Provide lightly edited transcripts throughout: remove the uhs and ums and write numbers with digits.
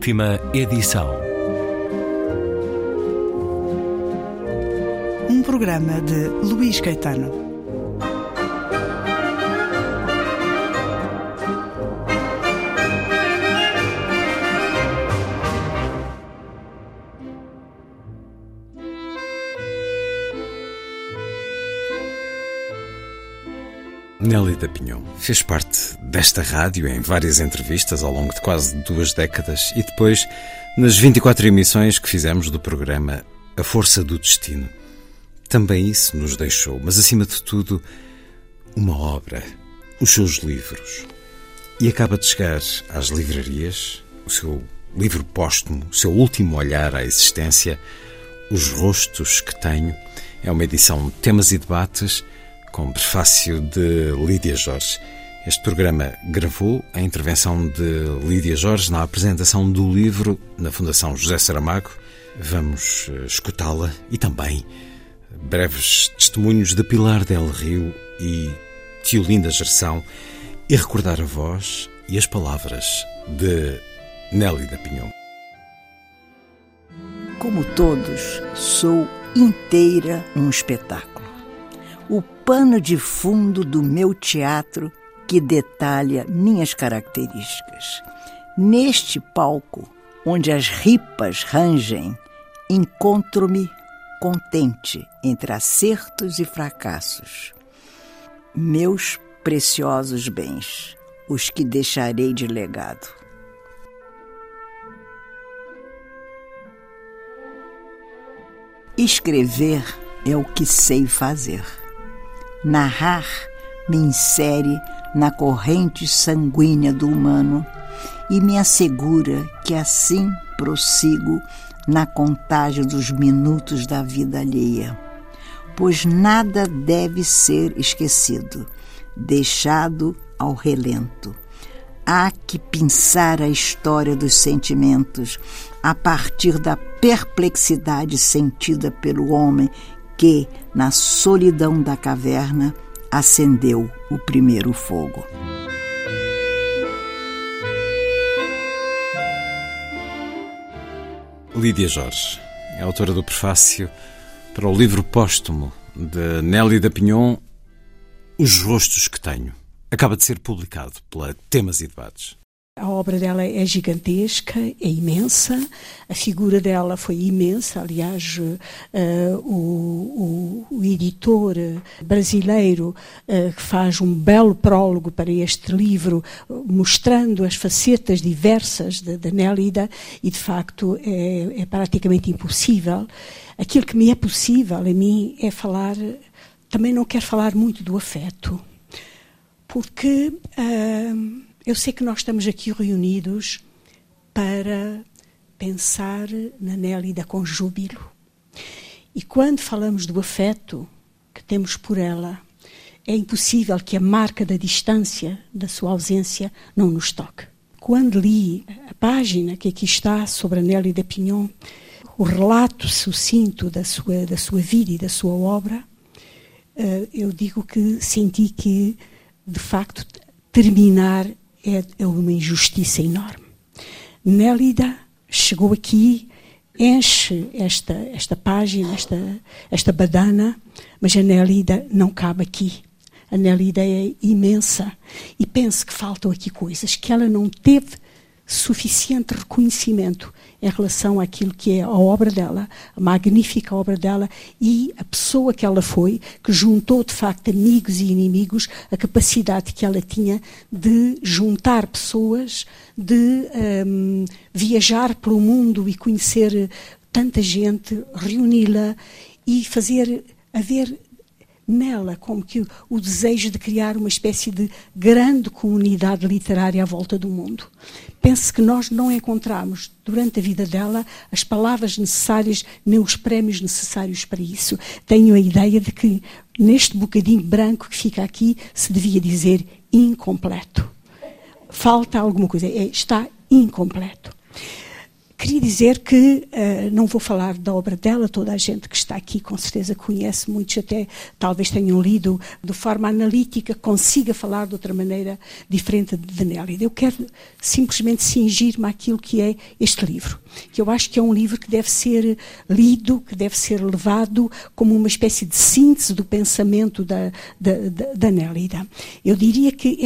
Última edição. Um programa de Luís Caetano. Nélida Pinhon fez parte desta rádio em várias entrevistas ao longo de quase 2 décadas e depois nas 24 emissões que fizemos do programa A Força do Destino. Também isso nos deixou, mas acima de tudo, uma obra, os seus livros. E acaba de chegar às livrarias o seu livro póstumo, o seu último olhar à existência, Os Rostos que Tenho. É uma edição de temas e debates com prefácio de Lídia Jorge. Este programa gravou a intervenção de Lídia Jorge na apresentação do livro na Fundação José Saramago. Vamos escutá-la e também breves testemunhos de Pilar del Rio e Teolinda Gerção e recordar a voz e as palavras de Nélida Pinhon. Como todos, sou inteira um espetáculo. O pano de fundo do meu teatro que detalha minhas características. Neste palco, onde as ripas rangem, encontro-me contente entre acertos e fracassos. Meus preciosos bens, os que deixarei de legado. Escrever é o que sei fazer. Narrar me insere na corrente sanguínea do humano e me assegura que assim prossigo na contagem dos minutos da vida alheia, pois nada deve ser esquecido, deixado ao relento. Há que pensar a história dos sentimentos a partir da perplexidade sentida pelo homem que, na solidão da caverna, acendeu o primeiro fogo. Lídia Jorge é autora do prefácio para o livro póstumo de Nélida Pinhon, Os Rostos que Tenho. Acaba de ser publicado pela Temas e Debates. A obra dela é gigantesca, é imensa, a figura dela foi imensa, aliás, o editor brasileiro que faz um belo prólogo para este livro, mostrando as facetas diversas da Nélida, e de facto é praticamente impossível. Aquilo que me é possível a mim é falar, também não quero falar muito do afeto, porque eu sei que nós estamos aqui reunidos para pensar na Nélida com júbilo. E quando falamos do afeto que temos por ela, é impossível que a marca da distância, da sua ausência, não nos toque. Quando li a página que aqui está sobre a Nélida Pinhon, o relato sucinto da sua vida e da sua obra, eu digo que senti que, de facto, terminar é uma injustiça enorme. Nélida chegou aqui, enche esta página, esta badana, mas a Nélida não cabe aqui. A Nélida é imensa e penso que faltam aqui coisas que ela não teve suficiente reconhecimento em relação àquilo que é a obra dela, a magnífica obra dela e a pessoa que ela foi, que juntou de facto amigos e inimigos, a capacidade que ela tinha de juntar pessoas, de viajar pelo mundo e conhecer tanta gente, reuni-la e fazer haver nela como que o desejo de criar uma espécie de grande comunidade literária à volta do mundo. Penso que nós não encontramos, durante a vida dela, as palavras necessárias, nem os prémios necessários para isso. Tenho a ideia de que, neste bocadinho branco que fica aqui, se devia dizer incompleto. Falta alguma coisa, está incompleto. Queria dizer que não vou falar da obra dela, toda a gente que está aqui com certeza conhece, muitos até talvez tenham lido de forma analítica, consiga falar de outra maneira diferente de Nélida. Eu quero simplesmente cingir-me àquilo que é este livro, que eu acho que é um livro que deve ser lido, que deve ser levado como uma espécie de síntese do pensamento da Nélida. Eu diria que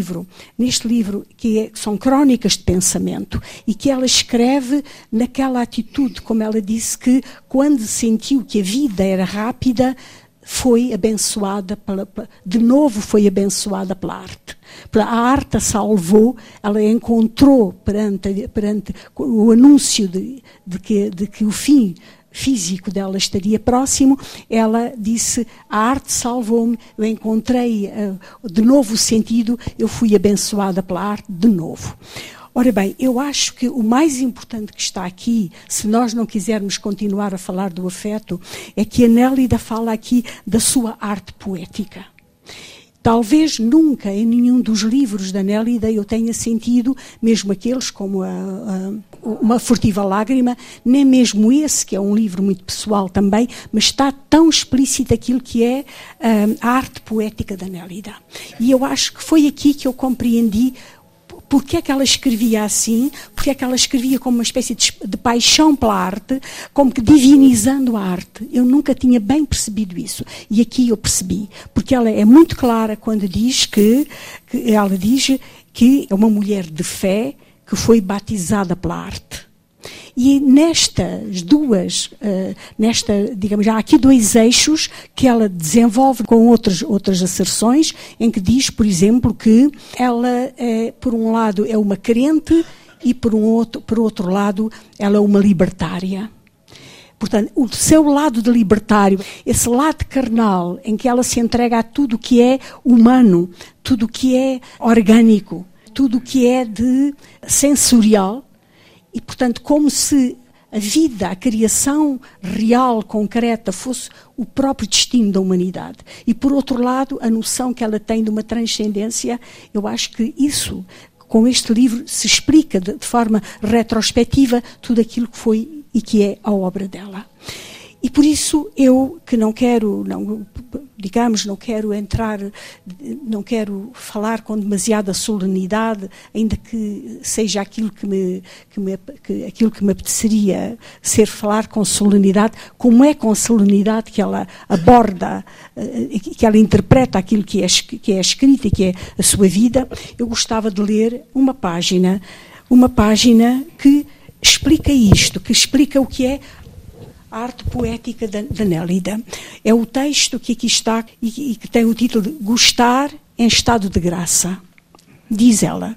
neste livro, que são crónicas de pensamento, e que ela escreve naquela atitude, como ela disse, que quando sentiu que a vida era rápida, foi abençoada de novo foi abençoada pela arte. A arte a salvou, ela encontrou perante o anúncio de que o fim físico dela estaria próximo, ela disse: a arte salvou-me, eu encontrei de novo o sentido, eu fui abençoada pela arte de novo. Ora bem, eu acho que o mais importante que está aqui, se nós não quisermos continuar a falar do afeto, é que a Nélida fala aqui da sua arte poética. Talvez nunca em nenhum dos livros da Nélida eu tenha sentido, mesmo aqueles como Uma Furtiva Lágrima, nem mesmo esse, que é um livro muito pessoal também, mas está tão explícito aquilo que é a arte poética da Nélida. E eu acho que foi aqui que eu compreendi porque é que ela escrevia assim, porque é que ela escrevia como uma espécie de paixão pela arte, como que divinizando a arte. Eu nunca tinha bem percebido isso. E aqui eu percebi, porque ela é muito clara quando diz que ela diz que é uma mulher de fé que foi batizada pela arte. E nestas duas, digamos, já há aqui dois eixos que ela desenvolve com outras asserções, em que diz, por exemplo, que ela, por um lado, é uma crente e, por outro lado, ela é uma libertária. Portanto, o seu lado de libertário, esse lado carnal, em que ela se entrega a tudo o que é humano, tudo o que é orgânico, tudo o que é de sensorial, e, portanto, como se a vida, a criação real, concreta, fosse o próprio destino da humanidade. E, por outro lado, a noção que ela tem de uma transcendência, eu acho que isso, com este livro, se explica de forma retrospectiva tudo aquilo que foi e que é a obra dela. E por isso eu, que não quero falar com demasiada solenidade, ainda que seja aquilo que me apeteceria falar com solenidade, como é com solenidade que ela aborda, que ela interpreta aquilo que é escrito e que é a sua vida, eu gostava de ler uma página que explica isto, que explica o que é a arte poética da Nélida. É o texto que aqui está e que tem o título de Gostar em Estado de Graça. Diz ela: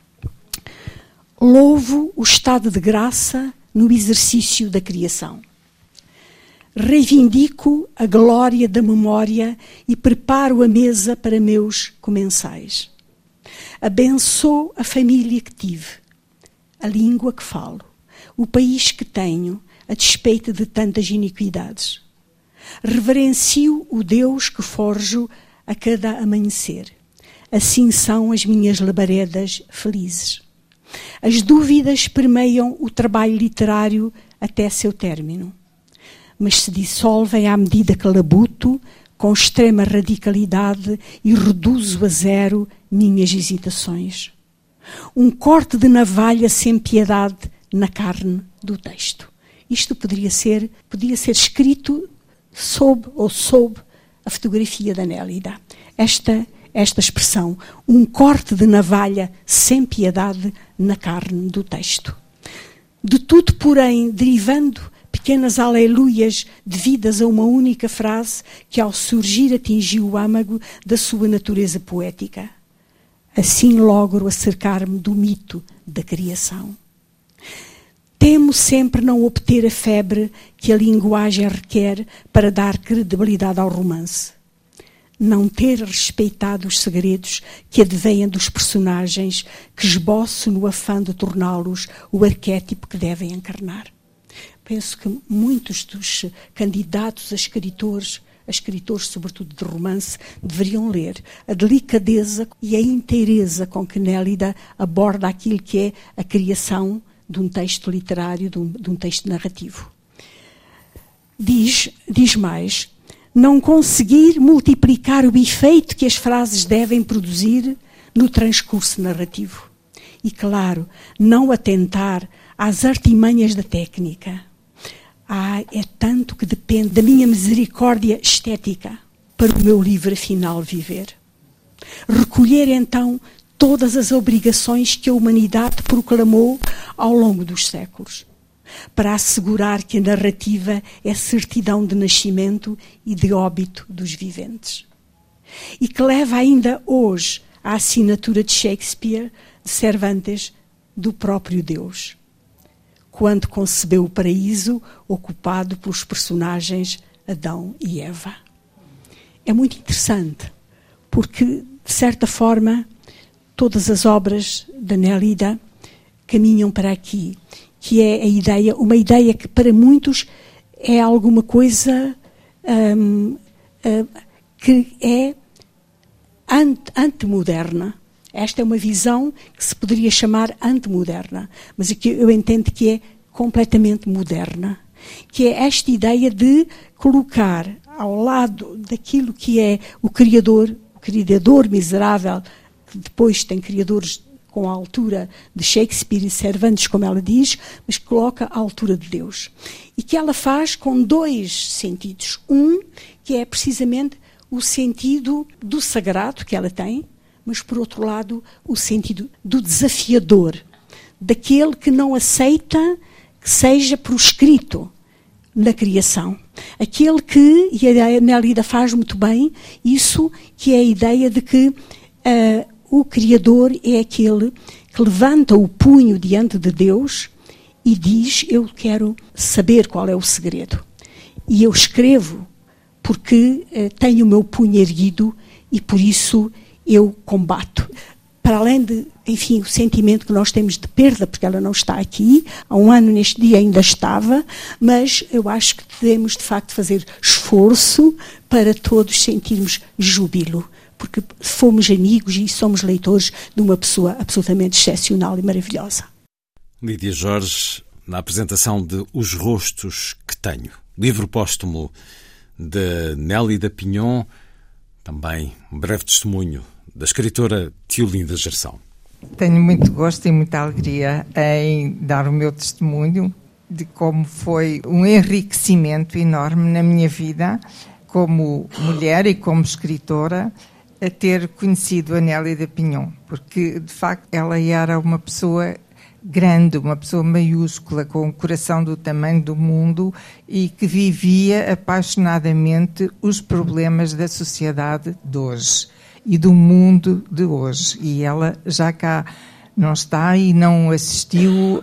louvo o estado de graça no exercício da criação. Reivindico a glória da memória e preparo a mesa para meus comensais. Abençoo a família que tive, a língua que falo, o país que tenho, a despeito de tantas iniquidades. Reverencio o Deus que forjo a cada amanhecer. Assim são as minhas labaredas felizes. As dúvidas permeiam o trabalho literário até seu término, mas se dissolvem à medida que labuto com extrema radicalidade e reduzo a zero minhas hesitações. Um corte de navalha sem piedade na carne do texto. Isto podia ser escrito sob a fotografia da Nélida. Esta expressão, um corte de navalha sem piedade na carne do texto. De tudo, porém, derivando pequenas aleluias devidas a uma única frase que ao surgir atingiu o âmago da sua natureza poética. Assim logro acercar-me do mito da criação. Temo sempre não obter a febre que a linguagem requer para dar credibilidade ao romance. Não ter respeitado os segredos que advêm dos personagens que esboço no afã de torná-los o arquétipo que devem encarnar. Penso que muitos dos candidatos a escritores sobretudo de romance, deveriam ler a delicadeza e a inteireza com que Nélida aborda aquilo que é a criação de um texto literário, de um texto narrativo. Diz mais, não conseguir multiplicar o efeito que as frases devem produzir no transcurso narrativo. E, claro, não atentar às artimanhas da técnica. É tanto que depende da minha misericórdia estética para o meu livro afinal viver. Recolher, então, todas as obrigações que a humanidade proclamou ao longo dos séculos, para assegurar que a narrativa é certidão de nascimento e de óbito dos viventes. E que leva ainda hoje à assinatura de Shakespeare, de Cervantes, do próprio Deus, quando concebeu o paraíso ocupado pelos personagens Adão e Eva. É muito interessante, porque, de certa forma, todas as obras da Nélida caminham para aqui, que é uma ideia que para muitos é alguma coisa que é antemoderna. Esta é uma visão que se poderia chamar antemoderna, mas que eu entendo que é completamente moderna, que é esta ideia de colocar ao lado daquilo que é o criador miserável, que depois tem criadores com a altura de Shakespeare e Cervantes, como ela diz, mas coloca à altura de Deus. E que ela faz com dois sentidos. Um, que é precisamente o sentido do sagrado que ela tem, mas, por outro lado, o sentido do desafiador, daquele que não aceita que seja proscrito na criação. Aquele que, e a Nélida faz muito bem, isso que é a ideia de que o Criador é aquele que levanta o punho diante de Deus e diz, eu quero saber qual é o segredo. E eu escrevo porque tenho o meu punho erguido e por isso eu combato. Para além de, enfim, o sentimento que nós temos de perda, porque ela não está aqui, há um ano neste dia ainda estava, mas eu acho que devemos de facto fazer esforço para todos sentirmos júbilo, porque fomos amigos e somos leitores de uma pessoa absolutamente excepcional e maravilhosa. Lídia Jorge, na apresentação de Os Rostos que Tenho, livro póstumo de Nélida Pinhon, também um breve testemunho da escritora Teolinda Gerson. Tenho muito gosto e muita alegria em dar o meu testemunho de como foi um enriquecimento enorme na minha vida como mulher e como escritora a ter conhecido a Nélida Pinhon, porque de facto ela era uma pessoa grande, uma pessoa maiúscula, com um coração do tamanho do mundo e que vivia apaixonadamente os problemas da sociedade de hoje e do mundo de hoje. E ela já cá não está e não assistiu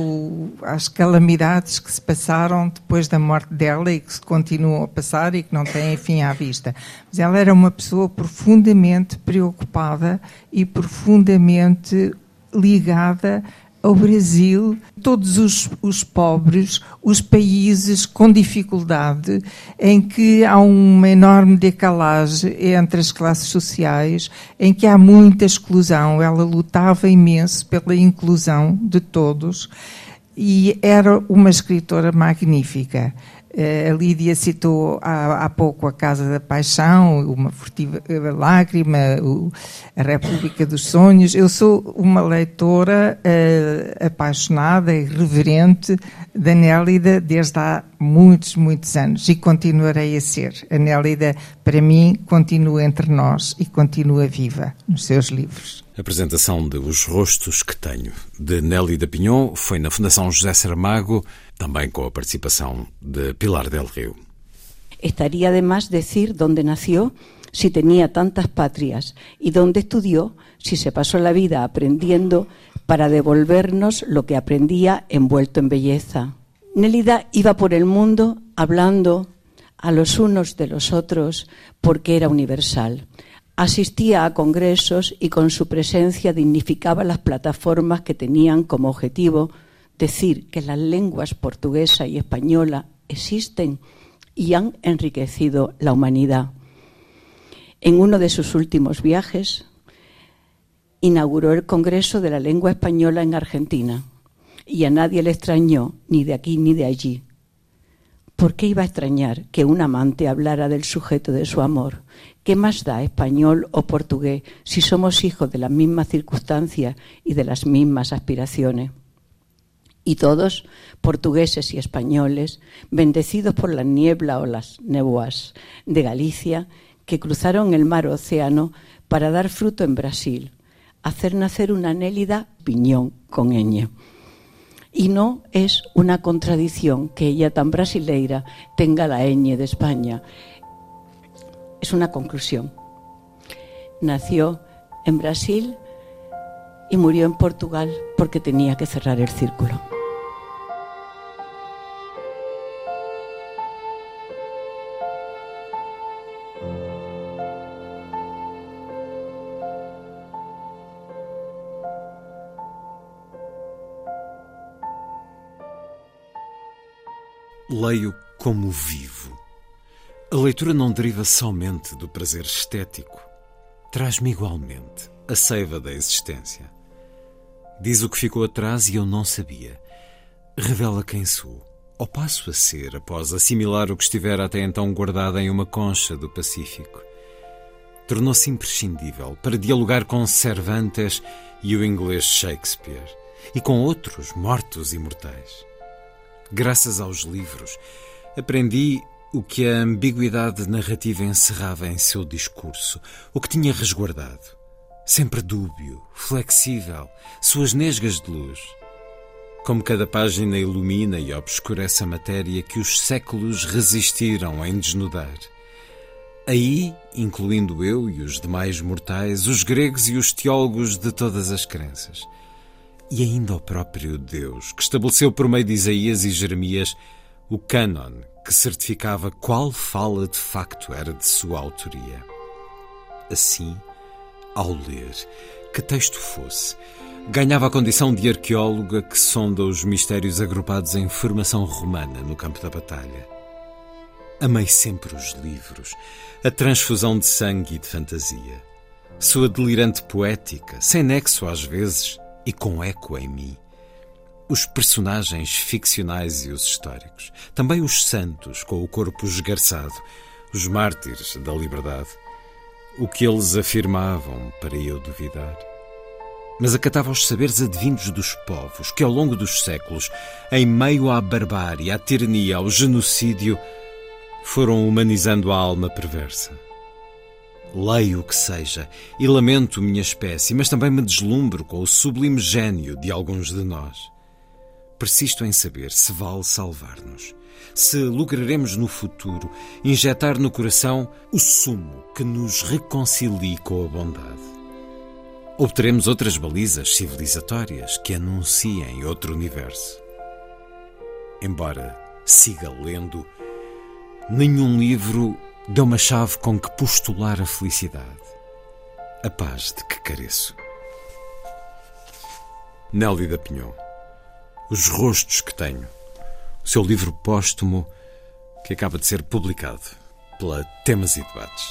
às calamidades que se passaram depois da morte dela e que se continuam a passar e que não têm fim à vista. Mas ela era uma pessoa profundamente preocupada e profundamente ligada ao Brasil, todos os pobres, os países com dificuldade, em que há uma enorme decalagem entre as classes sociais, em que há muita exclusão. Ela lutava imenso pela inclusão de todos e era uma escritora magnífica. A Lídia citou há pouco A Casa da Paixão, Uma Furtiva Lágrima, A República dos Sonhos. Eu sou uma leitora apaixonada e reverente da Nélida desde há muitos, muitos anos e continuarei a ser. A Nélida, para mim, continua entre nós e continua viva nos seus livros. A apresentação de Os Rostos que Tenho, de Nélida Pinhon, foi na Fundação José Saramago, também com a participação de Pilar del Rio. Estaría de más decir dónde nació, si tenía tantas patrias, y dónde estudió, si se pasó la vida aprendiendo para devolvernos lo que aprendía envuelto en belleza. Nélida iba por el mundo hablando a los unos de los otros porque era universal. Asistía a congresos y con su presencia dignificaba las plataformas que tenían como objetivo decir que las lenguas portuguesa y española existen y han enriquecido la humanidad. En uno de sus últimos viajes inauguró el Congreso de la Lengua Española en Argentina y a nadie le extrañó, ni de aquí ni de allí. ¿Por qué iba a extrañar que un amante hablara del sujeto de su amor? ¿Qué más da español o portugués si somos hijos de las mismas circunstancias y de las mismas aspiraciones? Y todos, portugueses y españoles, bendecidos por la niebla o las néboas de Galicia, que cruzaron el mar o océano para dar fruto en Brasil, hacer nacer una nélida piñón con ñ. Y no es una contradicción que ella tan brasileira tenga la ñ de España. Es una conclusión. Nació en Brasil y murió en Portugal porque tenía que cerrar el círculo. Leio como vivo. A leitura não deriva somente do prazer estético. Traz-me igualmente a seiva da existência. Diz o que ficou atrás e eu não sabia. Revela quem sou, ou passo a ser após assimilar o que estivera até então guardado em uma concha do Pacífico. Tornou-se imprescindível para dialogar com Cervantes e o inglês Shakespeare, e com outros mortos imortais. Graças aos livros, aprendi o que a ambiguidade narrativa encerrava em seu discurso, o que tinha resguardado. Sempre dúbio, flexível, suas nesgas de luz. Como cada página ilumina e obscurece a matéria que os séculos resistiram em desnudar. Aí, incluindo eu e os demais mortais, os gregos e os teólogos de todas as crenças. E ainda o próprio Deus, que estabeleceu por meio de Isaías e Jeremias o cânon que certificava qual fala de facto era de sua autoria. Assim, ao ler, que texto fosse, ganhava a condição de arqueóloga que sonda os mistérios agrupados em formação romana no campo da batalha. Amei sempre os livros, a transfusão de sangue e de fantasia, sua delirante poética, sem nexo às vezes, e com eco em mim. Os personagens ficcionais e os históricos. Também os santos, com o corpo esgarçado. Os mártires da liberdade. O que eles afirmavam para eu duvidar. Mas acatava os saberes advindos dos povos que, ao longo dos séculos, em meio à barbárie, à tirania, ao genocídio, foram humanizando a alma perversa. Leio o que seja e lamento minha espécie, mas também me deslumbro com o sublime gênio de alguns de nós. Persisto em saber se vale salvar-nos, se lograremos no futuro injetar no coração o sumo que nos reconcilie com a bondade. Obteremos outras balizas civilizatórias que anunciem outro universo. Embora siga lendo, nenhum livro deu uma chave com que postular a felicidade, a paz de que careço. Nélida Pinhon, Os Rostos que Tenho, o seu livro póstumo que acaba de ser publicado pela Temas e Debates.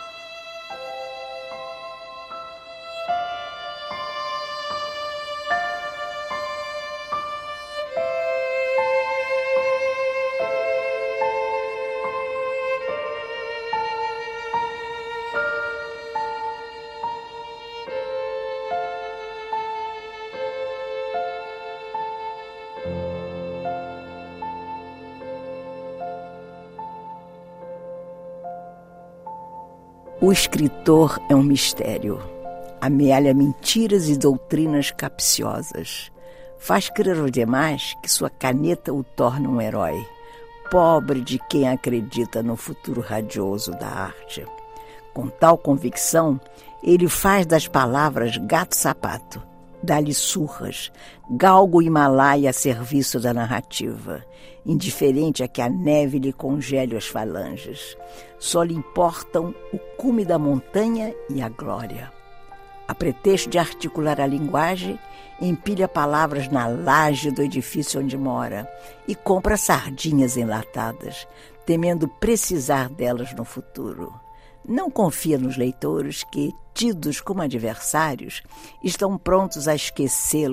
O escritor é um mistério. Amealha mentiras e doutrinas capciosas. Faz crer aos demais que sua caneta o torna um herói. Pobre de quem acredita no futuro radioso da arte. Com tal convicção, ele faz das palavras gato-sapato, dá-lhe surras, galga o Himalaia a serviço da narrativa, indiferente a que a neve lhe congele as falanges. Só lhe importam o cume da montanha e a glória. A pretexto de articular a linguagem, empilha palavras na laje do edifício onde mora e compra sardinhas enlatadas, temendo precisar delas no futuro. Não confia nos leitores que, tidos como adversários, estão prontos a esquecê-lo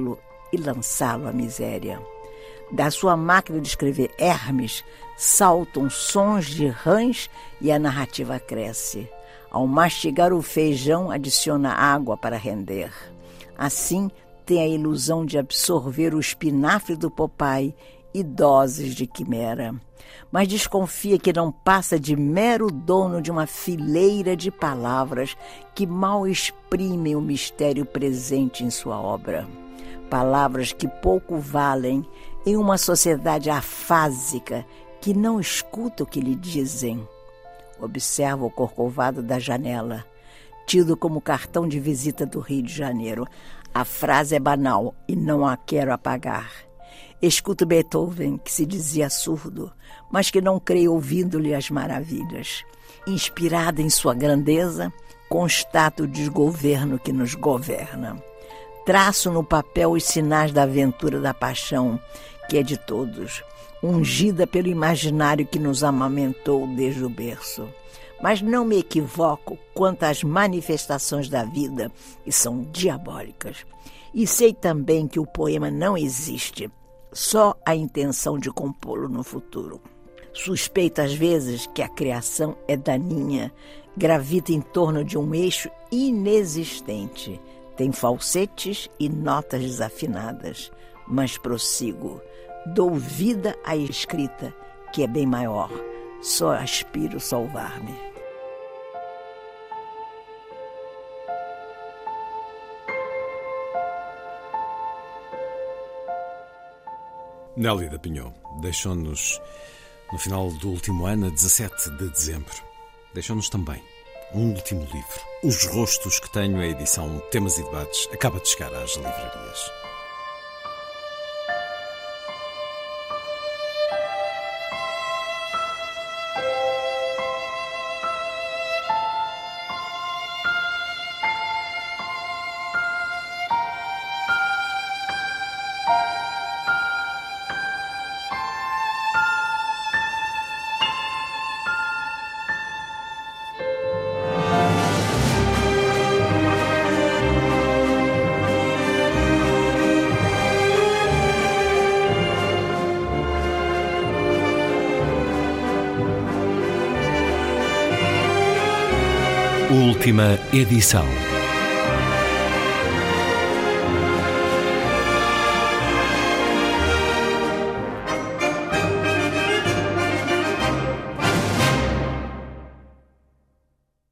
e lançá-lo à miséria. Da sua máquina de escrever Hermes saltam sons de rãs e a narrativa cresce. Ao mastigar o feijão, adiciona água para render. Assim, tem a ilusão de absorver o espinafre do Popeye e doses de quimera. Mas desconfia que não passa de mero dono de uma fileira de palavras que mal exprimem o mistério presente em sua obra. Palavras que pouco valem em uma sociedade afásica que não escuta o que lhe dizem. Observa o Corcovado da janela, tido como cartão de visita do Rio de Janeiro. A frase é banal e não a quero apagar. Escuto Beethoven, que se dizia surdo, mas que não creio ouvindo-lhe as maravilhas. Inspirada em sua grandeza, constato o desgoverno que nos governa. Traço no papel os sinais da aventura da paixão, que é de todos, ungida pelo imaginário que nos amamentou desde o berço. Mas não me equivoco quanto às manifestações da vida, que são diabólicas. E sei também que o poema não existe, só a intenção de compô-lo no futuro. Suspeito às vezes que a criação é daninha, gravita em torno de um eixo inexistente. Tem falsetes e notas desafinadas, mas prossigo. Dou vida à escrita, que é bem maior. Só aspiro salvar-me. Nélida Pinhon deixou-nos, no final do último ano, a 17 de dezembro, deixou-nos também um último livro. Os Rostos que Tenho, a edição Temas e Debates, acaba de chegar às livrarias. Última edição.